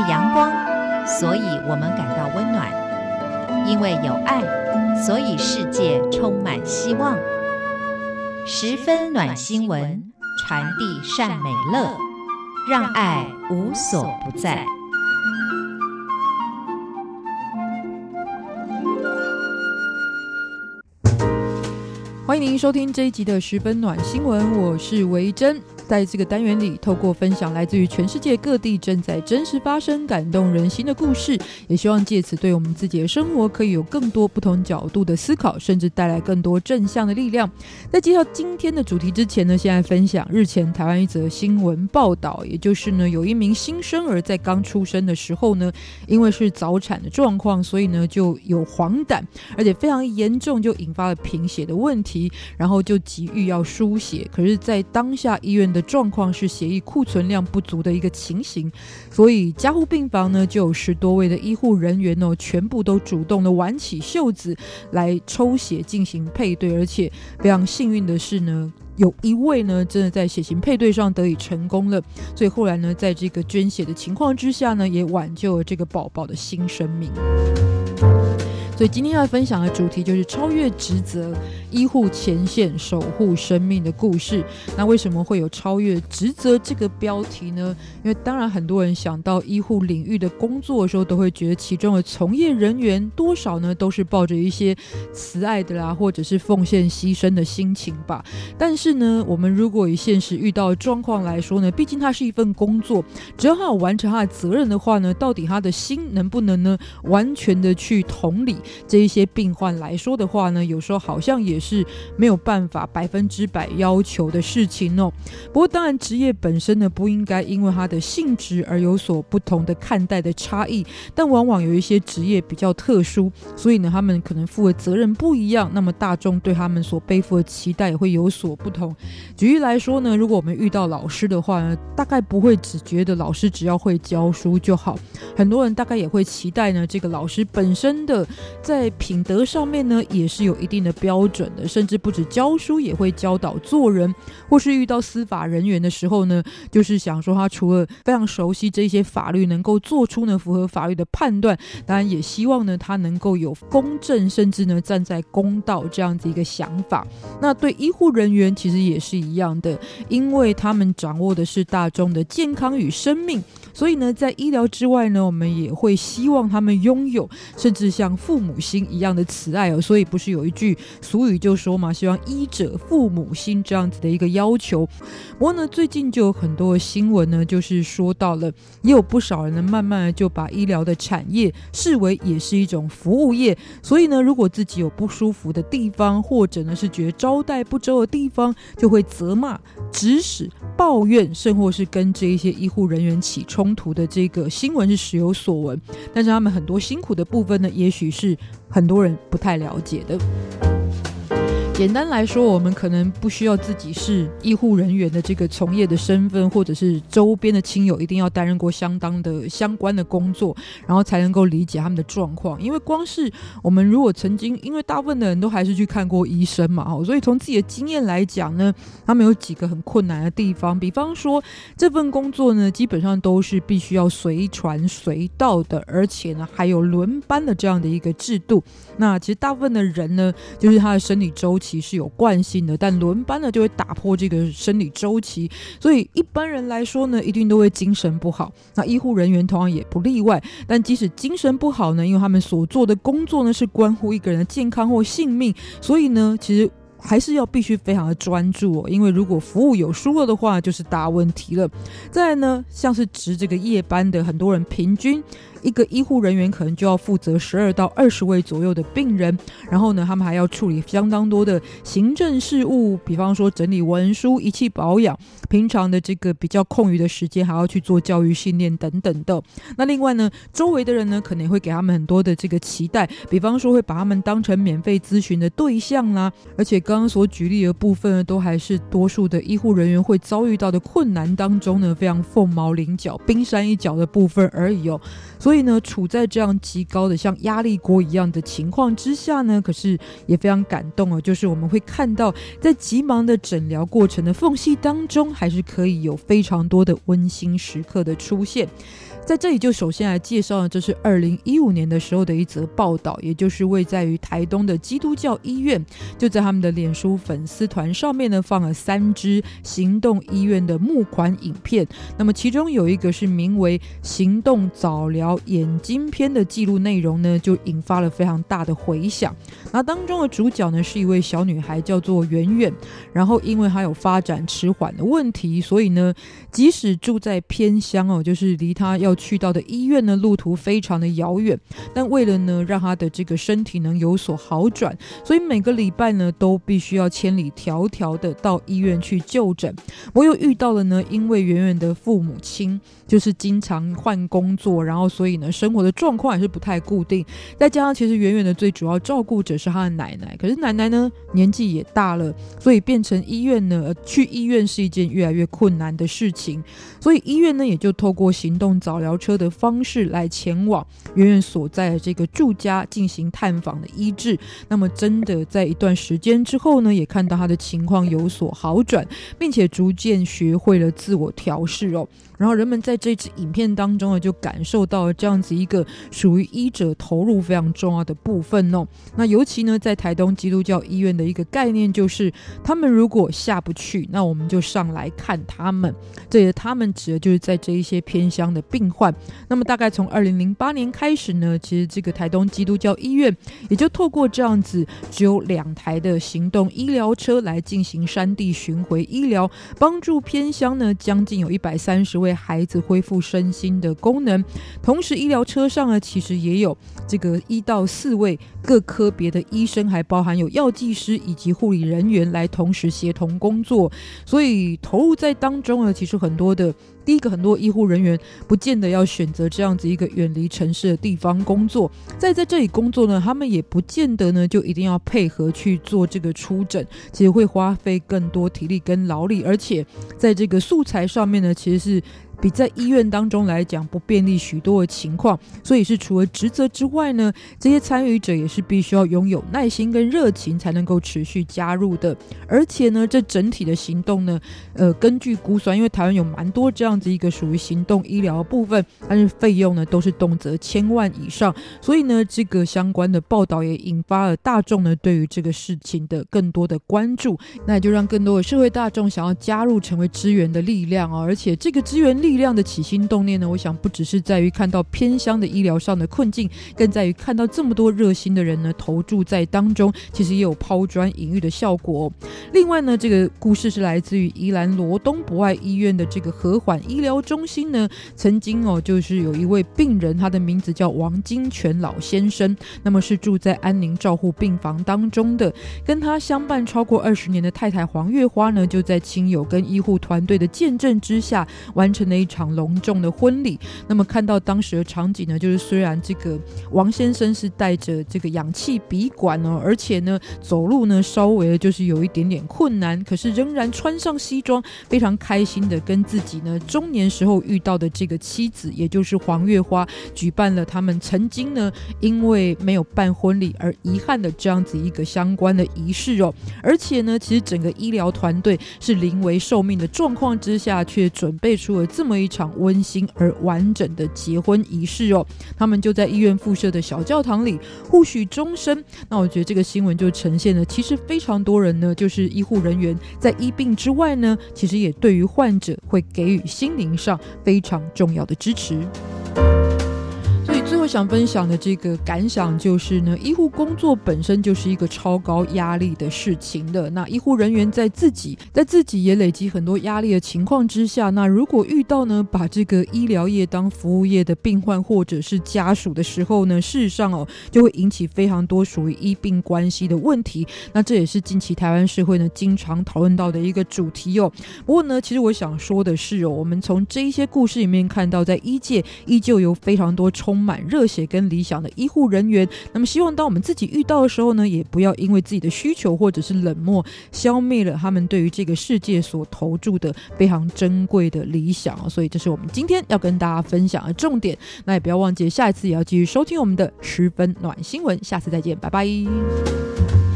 阳光，所以我们感到温暖；因为有爱，所以世界充满希望。十分暖新闻，传递善美乐，让爱无所不在。 欢迎您收听这一集的十分暖新闻，我是维珍。在这个单元里，透过分享来自于全世界各地正在真实发生、感动人心的故事，也希望借此对我们自己的生活可以有更多不同角度的思考，甚至带来更多正向的力量。在介绍今天的主题之前呢，现在分享日前台湾一则新闻报道，也就是呢，有一名新生儿在刚出生的时候呢，因为是早产的状况，所以呢就有黄疸，而且非常严重，就引发了贫血的问题，然后就急于要输血。可是在当下医院的状况是血液库存量不足的一个情形，所以加护病房呢就有10多位的医护人员全部都主动的挽起袖子来抽血进行配对，而且非常幸运的是呢，有一位呢真的在血型配对上得以成功了，所以后来呢在这个捐血的情况之下呢，也挽救了这个宝宝的新生命。所以今天要分享的主题就是超越职责，医护前线守护生命的故事。那为什么会有超越职责这个标题呢？因为当然很多人想到医护领域的工作的时候，都会觉得其中的从业人员多少呢都是抱着一些慈爱的啦，或者是奉献牺牲的心情吧。但是呢，我们如果以现实遇到的状况来说呢，毕竟它是一份工作，只要他有完成他的责任的话呢，到底他的心能不能呢完全的去同理这一些病患来说的话呢，有时候好像也是没有办法100%要求的事情哦。不过当然职业本身呢不应该因为它的性质而有所不同的看待的差异，但往往有一些职业比较特殊，所以呢他们可能负的责任不一样，那么大众对他们所背负的期待也会有所不同。举例来说呢，如果我们遇到老师的话呢，大概不会只觉得老师只要会教书就好，很多人大概也会期待呢这个老师本身的在品德上面呢也是有一定的标准的，甚至不止教书也会教导做人。或是遇到司法人员的时候呢，就是想说他除了非常熟悉这些法律，能够做出呢符合法律的判断，当然也希望呢他能够有公正，甚至呢站在公道这样子一个想法。那对医护人员其实也是一样的，因为他们掌握的是大众的健康与生命，所以呢在医疗之外呢，我们也会希望他们拥有甚至像父母心一样的慈爱哦。所以不是有一句俗语就说嘛，希望医者父母心这样子的一个要求。不过呢最近就有很多的新闻呢，就是说到了也有不少人呢慢慢的就把医疗的产业视为也是一种服务业，所以呢如果自己有不舒服的地方，或者呢是觉得招待不周的地方，就会责骂、指使、抱怨，甚或是跟这一些医护人员起冲突的这个新闻是时有所闻。但是他们很多辛苦的部分呢，也许是很多人不太了解的。简单来说，我们可能不需要自己是医护人员的这个从业的身份，或者是周边的亲友一定要担任过相关的工作，然后才能够理解他们的状况。因为光是我们如果曾经，因为大部分的人都还是去看过医生嘛，所以从自己的经验来讲呢，他们有几个很困难的地方。比方说这份工作呢基本上都是必须要随传随到的，而且呢还有轮班的这样的一个制度。那其实大部分的人呢，就是他的生理周期是有惯性的，但轮班呢就会打破这个生理周期，所以一般人来说呢一定都会精神不好。那医护人员同样也不例外，但即使精神不好呢，因为他们所做的工作呢是关乎一个人的健康或性命，所以呢其实还是要必须非常的专注因为如果服务有疏漏的话就是大问题了。再来呢，像是值这个夜班的很多人，平均一个医护人员可能就要负责12到20位左右的病人，然后呢他们还要处理相当多的行政事务，比方说整理文书、仪器保养，平常的这个比较空余的时间还要去做教育训练等等的。那另外呢，周围的人呢可能会给他们很多的这个期待，比方说会把他们当成免费咨询的对象啦，而且刚刚所举例的部分呢，都还是多数的医护人员会遭遇到的困难当中呢非常凤毛麟角、冰山一角的部分而已所所以呢处在这样极高的像压力锅一样的情况之下呢，可是也非常感动就是我们会看到在急忙的诊疗过程的缝隙当中，还是可以有非常多的温馨时刻的出现。在这里就首先来介绍的，这是2015年的时候的一则报道，也就是位在于台东的基督教医院，就在他们的脸书粉丝团上面呢放了3支行动医院的募款影片。那么其中有一个是名为行动早疗眼睛篇的记录内容呢，就引发了非常大的回响。那当中的主角呢是一位小女孩，叫做圆圆，然后因为她有发展迟缓的问题，所以呢即使住在偏乡就是离她要去到的医院呢路途非常的遥远，但为了呢让她的这个身体能有所好转，所以每个礼拜呢都必须要千里迢迢的到医院去就诊。我有遇到了呢，因为圆圆的父母亲就是经常换工作，然后所以呢生活的状况也是不太固定，再加上其实圆圆的最主要照顾者是她的奶奶，可是奶奶呢年纪也大了，所以变成医院呢去医院是一件越来越困难的事情，所以医院呢也就透过行动早疗车的方式来前往圆圆所在的这个住家进行探访的医治。那么真的在一段时间之后呢，也看到她的情况有所好转，并且逐渐学会了自我调试然后人们在这支影片当中呢就感受到了这样子一个属于医者投入非常重要的部分那尤其呢在台东基督教医院的一个概念就是他们如果下不去，那我们就上来看他们，这也他们指的就是在这一些偏乡的病患。那么大概从2008年开始呢，其实这个台东基督教医院也就透过这样子只有2台的行动医疗车来进行山地巡回医疗，帮助偏乡呢将近有130位孩子恢复身心的功能。同时医疗车上呢其实也有这个1到4位各科别的医生，还包含有药剂师以及护理人员来同时协同工作，所以投入在当中呢，其实第一个很多医护人员不见得要选择这样子一个远离城市的地方工作，在这里工作呢，他们也不见得呢就一定要配合去做这个出诊，其实会花费更多体力跟劳力，而且在这个素材上面呢，其实是比在医院当中来讲不便利许多的情况，所以是除了职责之外呢，这些参与者也是必须要拥有耐心跟热情才能够持续加入的。而且呢，这整体的行动呢根据估算，因为台湾有蛮多这样子一个属于行动医疗的部分，但是费用呢都是动辄1000万以上，所以呢这个相关的报道也引发了大众呢对于这个事情的更多的关注，那也就让更多的社会大众想要加入成为支援的力量而且这个支援力量的起心动念呢，我想不只是在于看到偏乡的医疗上的困境，更在于看到这么多热心的人呢投注在当中，其实也有抛砖引玉的效果另外呢，这个故事是来自于宜兰罗东博爱医院的这个和缓医疗中心呢，曾经就是有一位病人，他的名字叫王金泉老先生，那么是住在安宁照护病房当中的，跟他相伴超过20年的太太黄月花呢，就在亲友跟医护团队的见证之下完成了一场隆重的婚礼。那么看到当时的场景呢，就是虽然这个王先生是带着这个氧气鼻管而且呢走路呢稍微就是有一点点困难，可是仍然穿上西装，非常开心的跟自己呢中年时候遇到的这个妻子，也就是黄月花，举办了他们曾经呢因为没有办婚礼而遗憾的这样子一个相关的仪式而且呢其实整个医疗团队是临危受命的状况之下，却准备出了这么一场温馨而完整的结婚仪式他们就在医院附设的小教堂里互许终身。那我觉得这个新闻就呈现了，其实非常多人呢，就是医护人员在医病之外呢，其实也对于患者会给予心灵上非常重要的支持。所以最后想分享的这个感想就是呢，医护工作本身就是一个超高压力的事情的。那医护人员在自己也累积很多压力的情况之下，那如果遇到呢把这个医疗业当服务业的病患或者是家属的时候呢，事实上就会引起非常多属于医病关系的问题。那这也是近期台湾社会呢经常讨论到的一个主题不过呢，其实我想说的是我们从这一些故事里面看到，在医界依旧有非常多充满热血跟理想的医护人员。那么希望当我们自己遇到的时候呢，也不要因为自己的需求或者是冷漠，消灭了他们对于这个世界所投注的非常珍贵的理想。所以这是我们今天要跟大家分享的重点。那也不要忘记下一次也要继续收听我们的10分暖新闻，下次再见，拜拜。